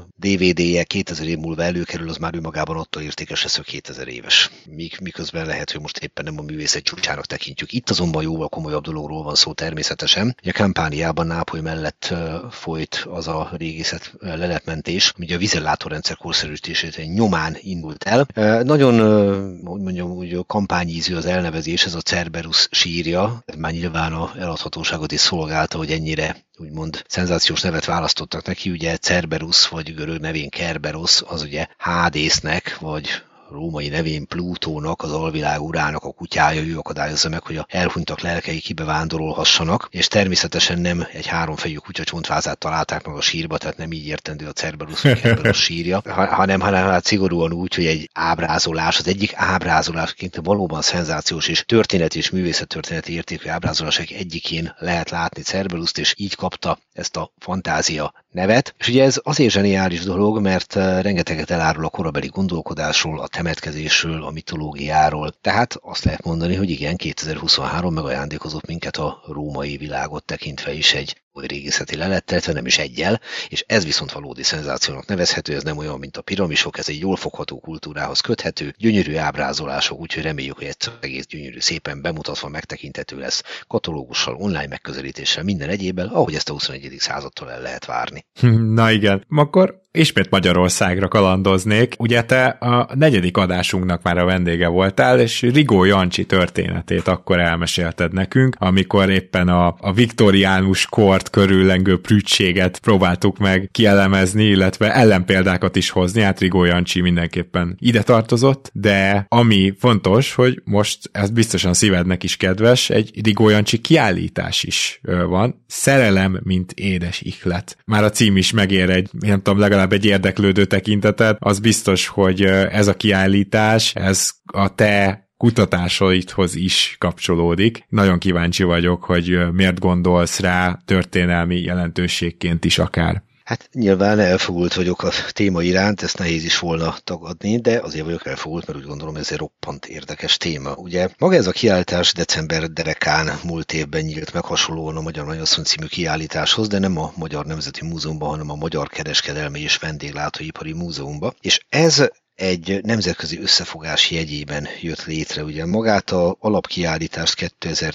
DVD-je 2000 év múlva előkerül, az már önmagában attól értékes lesz, hogy 2000 éves. Miközben lehet, hogy most éppen nem a művészet csúcsának tekintjük. Itt azonban jóval komolyabb dologról van szó természetesen. A Campaniában, Nápoly mellett folyt az a régészet leletmentés, ami a vízellátórendszer korszerűsítését nyomán indult el. Nagyon, hogy mondjam, úgy kampányízű az elnevezés, ez a Cerberus sírja. Ez már nyilván a eladhatóságot is szolgálta, hogy ennyire úgymond szenzációs nevet választottak neki. Ugye Cerberus, vagy görög nevén Kerberos, az ugye Hádésznek, vagy római nevén Plutónak, az alvilág urának a kutyája, ő akadályozza meg, hogy a elhunytak lelkei kibevándorolhassanak, és természetesen nem egy háromfejű kutya csontvázát találták meg a sírba, tehát nem így értendő a Cerberus vagy Kerberos sírja, hanem hát szigorúan úgy, hogy egy ábrázolás, az egyik ábrázolásként valóban szenzációs és történeti és művészettörténeti értékű ábrázolások egyikén lehet látni Cerberust, és így kapta ezt a fantázia nevet. És ugye ez azért zseniális dolog, mert rengeteget elárul a korabeli gondolkodásról, a temetkezésről, a mitológiáról. Tehát azt lehet mondani, hogy igen, 2023 megajándékozott minket a római világot tekintve is egy régészeti lelettel, illetve nem is eggyel, és ez viszont valódi szenzációnak nevezhető, ez nem olyan, mint a piramisok, ez egy jól fogható kultúrához köthető, gyönyörű ábrázolások, úgyhogy reméljük, hogy egy egész gyönyörű, szépen bemutatva megtekinthető lesz, katalógussal, online megközelítéssel, minden egyébben, ahogy ezt a 21. századtól el lehet várni. Na igen, akkor ismét Magyarországra kalandoznék. Ugye te a 4. adásunknak már a vendége voltál, és Rigó Jancsi történetét akkor elmesélted nekünk, amikor éppen a viktoriánus kort körüllengő prűdséget próbáltuk meg kielemezni, illetve ellenpéldákat is hozni, hát Rigó Jancsi mindenképpen ide tartozott, de ami fontos, hogy most ez biztosan szívednek is kedves, egy Rigó Jancsi kiállítás is van, Szerelem, mint édes ihlet. Már a cím is megér egy, nem tudom, legalább egy érdeklődő tekintetet, az biztos, hogy ez a kiállítás, ez a te kutatásaidhoz is kapcsolódik. Nagyon kíváncsi vagyok, hogy miért gondolsz rá történelmi jelentőségként is akár. Hát nyilván elfogult vagyok a téma iránt, ezt nehéz is volna tagadni, de azért vagyok elfogult, mert úgy gondolom, ez egy roppant érdekes téma. Ugye maga ez a kiállítás december derekán múlt évben nyílt meg hasonlóan a Magyar Mennyasszony című kiállításhoz, de nem a Magyar Nemzeti Múzeumban, hanem a Magyar Kereskedelmi és Vendéglátóipari Múzeumban. És ez egy nemzetközi összefogás jegyében jött létre. Ugye magát az alapkiállítást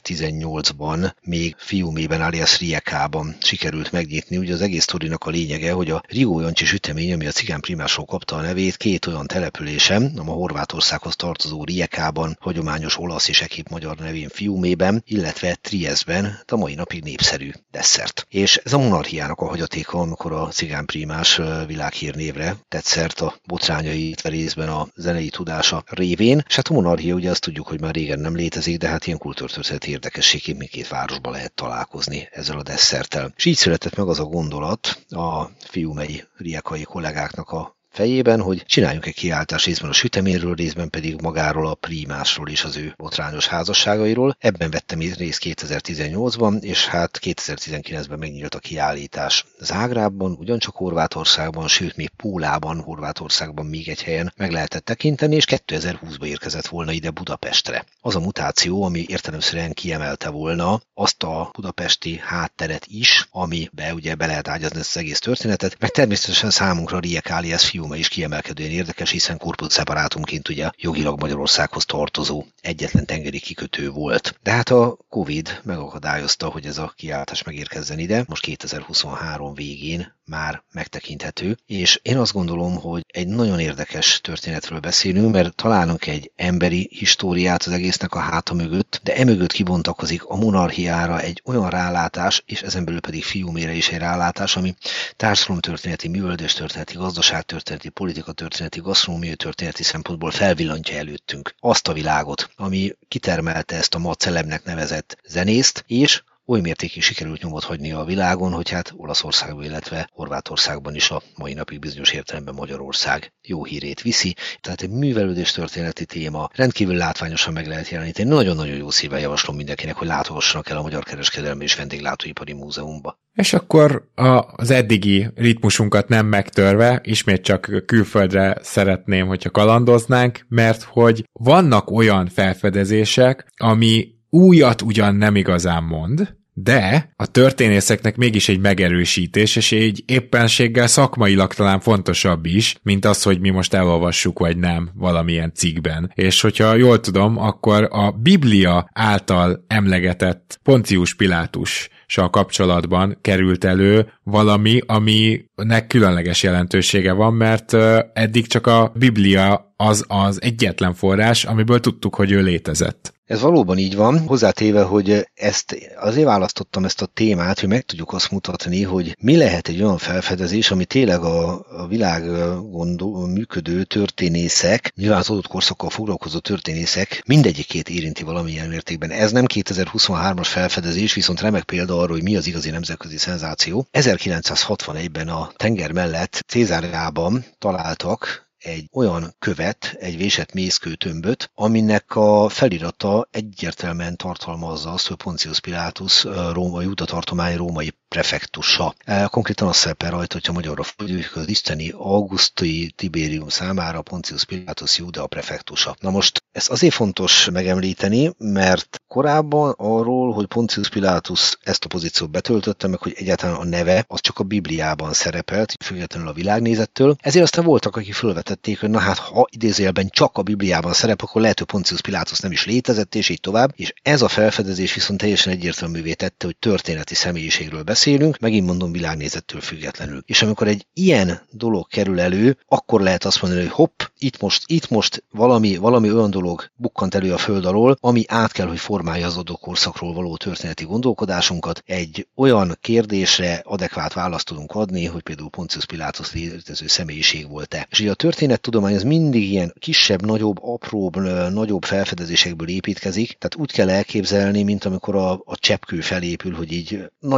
2018-ban még Fiumében alias Rijekában sikerült megnyitni. Ugye az egész sztorinak a lényege, hogy a Rigó Jancsi sütemény, ami a Cigány Prímásról kapta a nevét, két olyan településen, a Horvátországhoz tartozó Rijekában, hagyományos olasz és ekép magyar nevén Fiumében, illetve Triesztben, a mai napig népszerű desszert. És ez a monarchiának a hagyatéka, amikor a Cigány Prímás világhírnévre tett szert a botrányai részben a zenei tudása révén, és hát a monarchia ugye azt tudjuk, hogy már régen nem létezik, de hát ilyen kultúrtörténeti érdekességként mindkét városban lehet találkozni ezzel a desszerttel. És így született meg az a gondolat a fiumei rijekai kollégáknak a fejében, hogy csináljunk egy kiállítást részben a süteményről, részben pedig magáról a prímásról és az ő botrányos házasságairól. Ebben vettem részt 2018-ban, és hát 2019-ben megnyílt a kiállítás Zágrábban, ugyancsak Horvátországban, sőt még Pólában, Horvátországban még egy helyen meg lehetett tekinteni, és 2020-ban érkezett volna ide Budapestre. Az a mutáció, ami értelemszerűen kiemelte volna azt a budapesti hátteret is, amibe ugye be lehet ágyazni ezt az egész történetet, meg természetesen számunkra Rijeka alias Fiume is kiemelkedően érdekes, hiszen corpus separatumként ugye jogilag Magyarországhoz tartozó egyetlen tengeri kikötő volt. De hát a Covid megakadályozta, hogy ez a kiállítás megérkezzen ide, most 2023 végén már megtekinthető, és én azt gondolom, hogy egy nagyon érdekes történetről beszélünk, mert találunk egy emberi históriát az egésznek a háta mögött, de emögött kibontakozik a monarchiára egy olyan rálátás, és ezen belül pedig Fiumére is egy rálátás, ami társadalomtörténeti, művelődéstörténeti, gazdaságtörténeti, politikatörténeti, gasztronómiai történeti szempontból felvillantja előttünk azt a világot, ami kitermelte ezt a ma celebnek nevezett zenészt, és oly mértékig sikerült nyomot hagyni a világon, hogy hát Olaszországban, illetve Horvátországban is a mai napig bizonyos értelemben Magyarország jó hírét viszi. Tehát egy művelődéstörténeti téma, rendkívül látványosan meg lehet jeleníteni. Nagyon-nagyon jó szívvel javaslom mindenkinek, hogy látogassanak el a Magyar Kereskedelmi és Vendéglátóipari Múzeumba. És akkor az eddigi ritmusunkat nem megtörve, ismét csak külföldre szeretném, hogyha kalandoznánk, mert hogy vannak olyan felfedezések, ami újat ugyan nem igazán mond, de a történészeknek mégis egy megerősítés, és egy éppenséggel szakmailag talán fontosabb is, mint az, hogy mi most elolvassuk vagy nem valamilyen cikkben. És hogyha jól tudom, akkor a Biblia által emlegetett Poncius Pilátussal kapcsolatban került elő valami, aminek különleges jelentősége van, mert eddig csak a Biblia az egyetlen forrás, amiből tudtuk, hogy ő létezett. Ez valóban így van, hozzátéve, hogy azért választottam ezt a témát, hogy meg tudjuk azt mutatni, hogy mi lehet egy olyan felfedezés, ami tényleg a világon működő történészek, nyilván az adott korszakkal foglalkozó történészek mindegyikét érinti valamilyen mértékben. Ez nem 2023-as felfedezés, viszont remek példa arra, hogy mi az igazi nemzetközi szenzáció. 1961-ben a tenger mellett Cézáreában találtak egy olyan követ, egy vésett mészkőtömböt, aminek a felirata egyértelműen tartalmazza azt, hogy Pontius Pilatus római Júda tartomány római prefektusa. Konkrétan azt szerepel rajta, hogyha magyarra fordítjuk, az isteni Auguszti Tiberium számára Pontius Pilatus Júda prefektusa. Na most ezt azért fontos megemlíteni, mert korábban arról, hogy Pontius Pilatus ezt a pozíciót betöltötte, meg hogy egyáltalán a neve az csak a Bibliában szerepelt, függetlenül a világnézettől. Ezért aztán voltak, akik fölvetették, hogy na hát, ha idézőjelben csak a Bibliában szerepel, akkor lehet, hogy Pontius Pilatus nem is létezett, és így tovább. És ez a felfedezés viszont teljesen egyértelművé tette, hogy történeti személyiségről beszélünk, megint mondom világnézettől függetlenül. És amikor egy ilyen dolog kerül elő, akkor lehet azt mondani, hogy hopp, itt most valami olyan dolog bukkant elő a föld alól, ami át kell, hogy formálja az adott korszakról való történeti gondolkodásunkat. Egy olyan kérdésre adekvát választ tudunk adni, hogy például Pontius Pilatus létező személyiség volt-e. És ugye a történettudomány az mindig ilyen kisebb, nagyobb, apróbb, nagyobb felfedezésekből építkezik, tehát úgy kell elképzelni, mint amikor a cseppkő felépül, hogy így nagyon-nagyon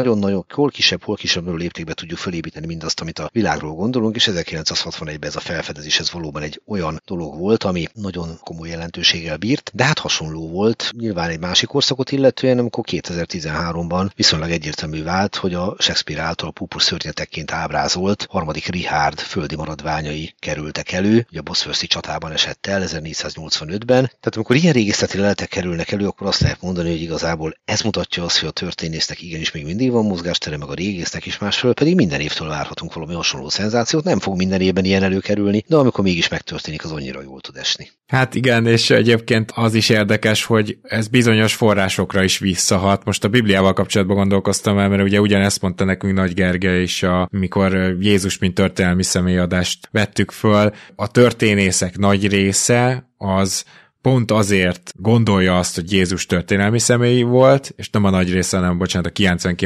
hol kisebb léptékbe tudjuk felépíteni mindazt, amit a világról gondolunk, és 1961-ben ez a felfedezés, ez valóban egy olyan dolog volt, ami nagyon komoly jelentőséggel bírt, de hát hasonló volt nyilván egy másik korszakot illetően, amikor 2013-ban viszonylag egyértelmű vált, hogy a Shakespeare által púpos szörnyetekként ábrázolt harmadik Richard földi maradványai kerültek elő, ugye a Bosworthi csatában esett el 1485-ben. Tehát amikor ilyen régészeti leletek kerülnek elő, akkor azt lehet mondani, hogy igazából ez mutatja azt, hogy a történésznek igenis még mindig van mozgástere, meg a régésznek is, másfelől pedig minden évtől várhatunk valami hasonló szenzációt. Nem fog minden évben ilyen előkerülni, de amikor mégis megtörténik, az annyira jól tud esni. Hát igen, és egyébként az is érdekes, hogy ez bizonyos forrásokra is visszahat. Most a Bibliával kapcsolatban gondolkoztam el, mert ugye ugyanezt mondta nekünk Nagy Gergely is, amikor Jézus mint történelmi személyadást vettük föl. A történészek nagy része az pont azért gondolja azt, hogy Jézus történelmi személy volt, és nem a nagy része, hanem bocsánat, a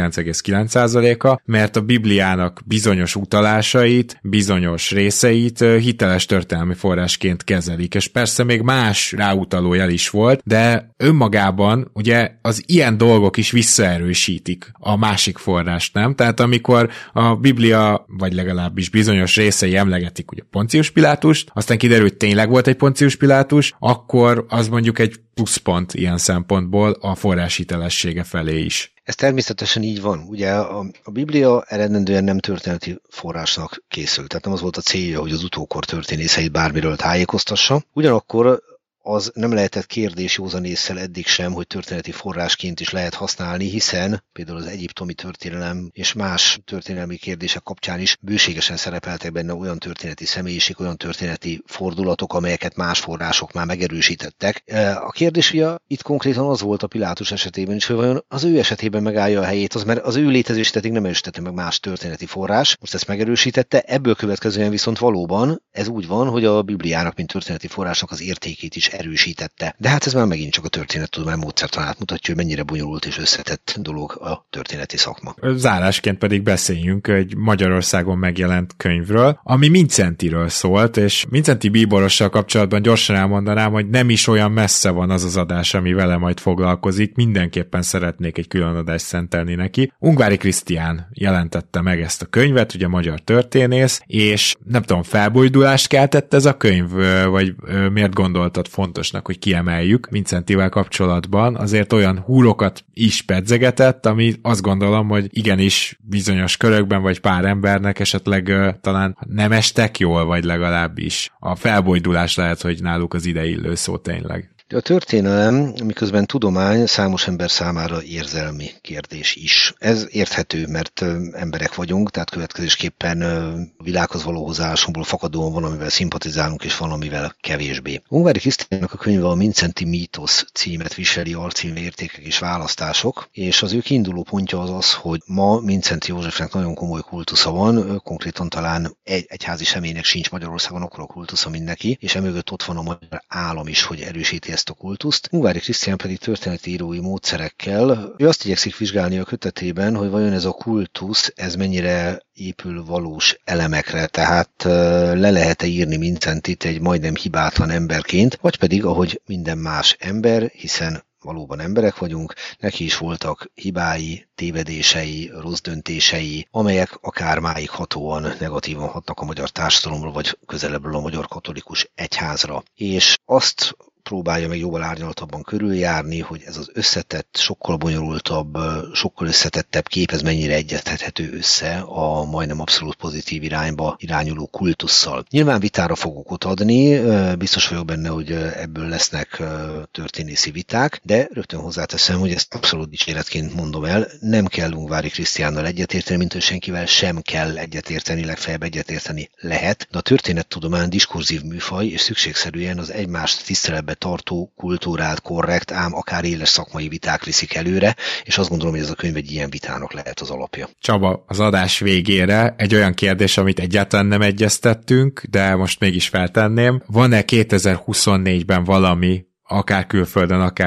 99,9%-a, mert a Bibliának bizonyos utalásait, bizonyos részeit hiteles történelmi forrásként kezelik, és persze még más ráutaló jel is volt, de önmagában ugye az ilyen dolgok is visszaerősítik a másik forrást, nem? Tehát amikor a Biblia, vagy legalábbis bizonyos részei emlegetik ugye Poncius Pilátust, aztán kiderül, hogy tényleg volt egy Poncius Pilátus, akkor az mondjuk egy pluszpont ilyen szempontból a forrás hitelessége felé is. Ez természetesen így van. Ugye a Biblia eredendően nem történeti forrásnak készült, tehát nem az volt a célja, hogy az utókor történészeit bármiről tájékoztassa. Ugyanakkor az nem lehetett kérdés józanésszel eddig sem, hogy történeti forrásként is lehet használni, hiszen például az egyiptomi történelem és más történelmi kérdések kapcsán is bőségesen szerepeltek benne olyan történeti személyiség, olyan történeti fordulatok, amelyeket más források már megerősítettek. A kérdés ugye itt konkrétan az volt a Pilátus esetében is, hogy vajon az ő esetében megállja a helyét, az, mert az ő létezését eddig nem erősítette meg más történeti forrás, most ezt megerősítette, ebből következően viszont valóban ez úgy van, hogy a Bibliának, mint történeti forrásnak az értékét is erősítette. De hát ez már megint csak a történettudomány módszertanát mutatja, hogy mennyire bonyolult és összetett dolog a történeti szakma. Zárásként pedig beszéljünk egy Magyarországon megjelent könyvről, ami Mindszentyről szólt, és Mindszenty bíborossal kapcsolatban gyorsan elmondanám, hogy nem is olyan messze van az az adás, ami vele majd foglalkozik, mindenképpen szeretnék egy külön adást szentelni neki. Ungvári Krisztián jelentette meg ezt a könyvet, ugye magyar történész, és nem tudom, felbojdulást keltett ez a könyv, vagy miért gondoltad fontosnak, hogy kiemeljük Mindszentyvel kapcsolatban, azért olyan húrokat is pedzegetett, ami azt gondolom, hogy igenis bizonyos körökben, vagy pár embernek esetleg talán nem estek jól, vagy legalábbis a felbojdulás lehet, hogy náluk az ideillő szó tényleg. A történelem, miközben tudomány, számos ember számára érzelmi kérdés is. Ez érthető, mert emberek vagyunk, tehát következésképpen a világhoz való hozzáállásunkból fakadóan van, amivel szimpatizálunk, és van, amivel kevésbé. Ungvári Krisztiánnak a könyve a Mindszenty mítosz címet viseli, alcíme értékek és választások, és az ő kiinduló pontja az az, hogy ma Mindszenty Józsefnek nagyon komoly kultusza van, konkrétan talán egy egyházi személynek sincs Magyarországon akkora kultusza, mint neki, és emögött ott van a magyar állam is, hogy erősíti ezt a kultuszt. Ungvári Krisztián pedig történeti írói módszerekkel, ő azt igyekszik vizsgálni a kötetében, hogy vajon ez a kultusz, ez mennyire épül valós elemekre, tehát le lehet-e írni Mindszentyt egy majdnem hibátlan emberként, vagy pedig, ahogy minden más ember, hiszen valóban emberek vagyunk, neki is voltak hibái, tévedései, rossz döntései, amelyek akár máig hatóan negatívan hatnak a magyar társadalomra, vagy közelebbről a magyar katolikus egyházra. És azt próbálja meg jóval árnyalatabban körüljárni, hogy ez az összetett, sokkal bonyolultabb, sokkal összetettebb kép, ez mennyire egyeztethető össze a majdnem abszolút pozitív irányba irányuló kultusszal. Nyilván vitára fog okot adni, biztos vagyok benne, hogy ebből lesznek történészi viták, de rögtön hozzáteszem, hogy ezt abszolút dicséretként mondom el, nem kell Ungvári Krisztiánnal egyetérteni, mint hogy senkivel sem kell egyetérteni, legfeljebb egyetérteni lehet, de a történettudomány diskurzív műfaj, és szükségszerűen az egymást tiszteletbe tartó, kultúrált, korrekt, ám akár éles szakmai viták viszik előre, és azt gondolom, hogy ez a könyv egy ilyen vitának lehet az alapja. Csaba, az adás végére egy olyan kérdés, amit egyáltalán nem egyeztettünk, de most mégis feltenném. Van-e 2024-ben valami, akár külföldön, akár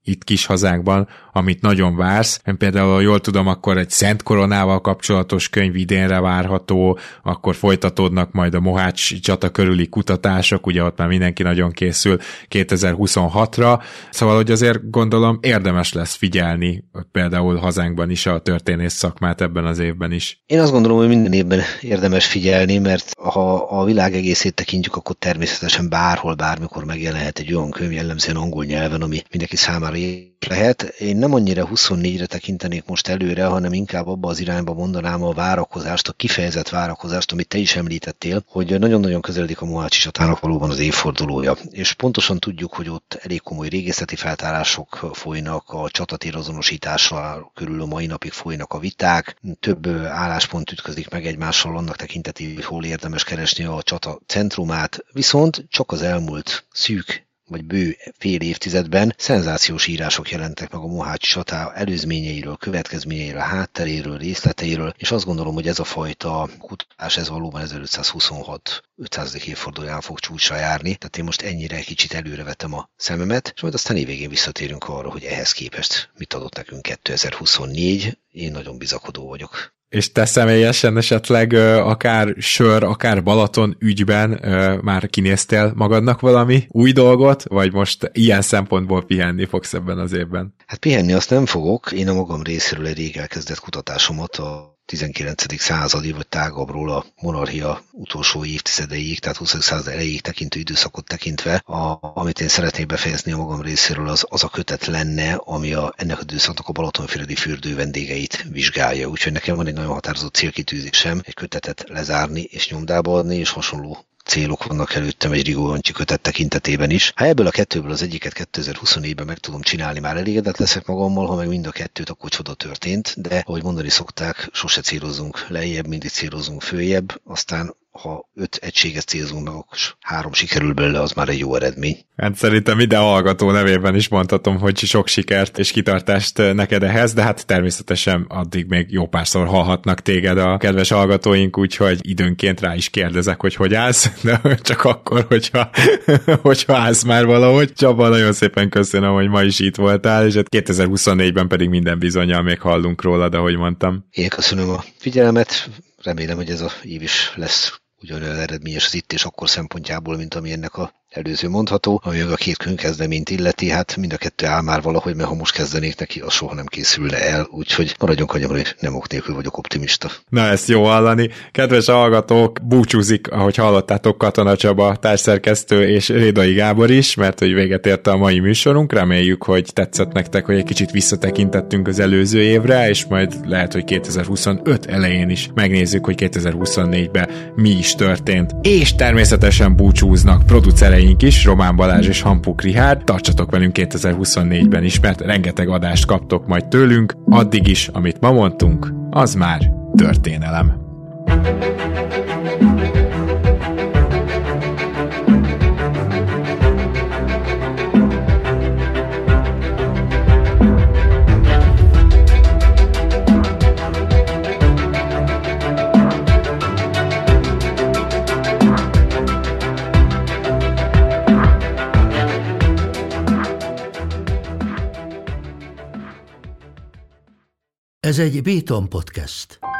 itt kis hazánkban, amit nagyon vársz. Én például, jól tudom, akkor egy Szent Koronával kapcsolatos könyv idénre várható, akkor folytatódnak majd a Mohács csata körüli kutatások, ugye ott már mindenki nagyon készül 2026-ra, szóval, hogy azért gondolom érdemes lesz figyelni például hazánkban is a történész szakmát ebben az évben is. Én azt gondolom, hogy minden évben érdemes figyelni, mert ha a világ egészét tekintjük, akkor természetesen bárhol, bármikor megjelenhet egy olyan könyv, jellemzően angol nyelven, ami mindenki számára lehet. Én nem annyira 24-re tekintenék most előre, hanem inkább abba az irányba mondanám a várakozást, a kifejezett várakozást, amit te is említettél, hogy nagyon-nagyon közeledik a Mohácsi csatának valóban az évfordulója. És pontosan tudjuk, hogy ott elég komoly régészeti feltárások folynak, a csatatér azonosítása körül a mai napig folynak a viták, több álláspont ütközik meg egymással annak tekintetében, hogy hol érdemes keresni a csata centrumát, viszont csak az elmúlt szűk vagy bő fél évtizedben szenzációs írások jelentek meg a Mohácsi csata előzményeiről, következményeiről, hátteréről, részleteiről, és azt gondolom, hogy ez a fajta kutatás, ez valóban 1526 500. évfordulóján fog csúcsra járni, tehát én most ennyire kicsit előre vettem a szememet, és majd aztán évvégén visszatérünk arra, hogy ehhez képest mit adott nekünk 2024. Én nagyon bizakodó vagyok. És te személyesen esetleg akár sör, akár Balaton ügyben már kinéztél magadnak valami új dolgot, vagy most ilyen szempontból pihenni fogsz ebben az évben? Hát pihenni azt nem fogok. Én a magam részéről egy rég elkezdett kutatásomat a 19. századi vagy tágabbról a monarchia utolsó évtizedeig, tehát 20. század elejéig tekintő időszakot tekintve, amit én szeretnék befejezni a magam részéről, az a kötet lenne, ami ennek az időszaknak a Balatonfüredi fürdő vendégeit vizsgálja. Úgyhogy nekem van egy nagyon határozott célkitűzésem, egy kötetet lezárni és nyomdába adni, és hasonló célok vannak előttem egy Rigó Jancsi kötet tekintetében is. Ha ebből a kettőből az egyiket 2024-ben meg tudom csinálni, már elégedett leszek magammal, ha meg mind a kettőt, akkor csoda történt, de ahogy mondani szokták, sose célozzunk lejjebb, mindig célozzunk följebb, aztán ha 5 egységet célzunk meg, akkor 3 sikerül belőle, az már egy jó eredmény. Hát szerintem ide hallgató nevében is mondhatom, hogy sok sikert és kitartást neked ehhez, de hát természetesen addig még jó párszor hallhatnak téged a kedves hallgatóink, úgyhogy időnként rá is kérdezek, hogy állsz, de csak akkor, hogyha állsz már valahogy. Csaba, nagyon szépen köszönöm, hogy ma is itt voltál, és 2024-ben pedig minden bizonnyal még hallunk rólad, ahogy mondtam. Én köszönöm a figyelmet, remélem, hogy ez a év is lesz ugyanolyan eredményes az itt és akkor szempontjából, mint ami ennek a előző mondható, ami a 2 könyvkezdeményt illeti, hát mind a kettő áll már valahogy, mert ha most kezdenék neki, az soha nem készülne el, úgyhogy maradjunk agyamra, hogy nem ok nélkül vagyok optimista. Na, ezt jó hallani. Kedves hallgatók, búcsúzik, ahogy hallottátok, Katona Csaba társszerkesztő és Rédai Gábor is, mert hogy véget ért a mai műsorunk. Reméljük, hogy tetszett nektek, hogy egy kicsit visszatekintettünk az előző évre, és majd lehet, hogy 2025 elején is megnézzük, hogy 2024-ben mi is történt. És természetesen búcsúznak producereink is, Román Balázs és Hampuk Richárd. Tartsatok velünk 2024-ben is, mert rengeteg adást kaptok majd tőlünk. Addig is, amit ma mondtunk, az már történelem. Ez egy Béton Podcast.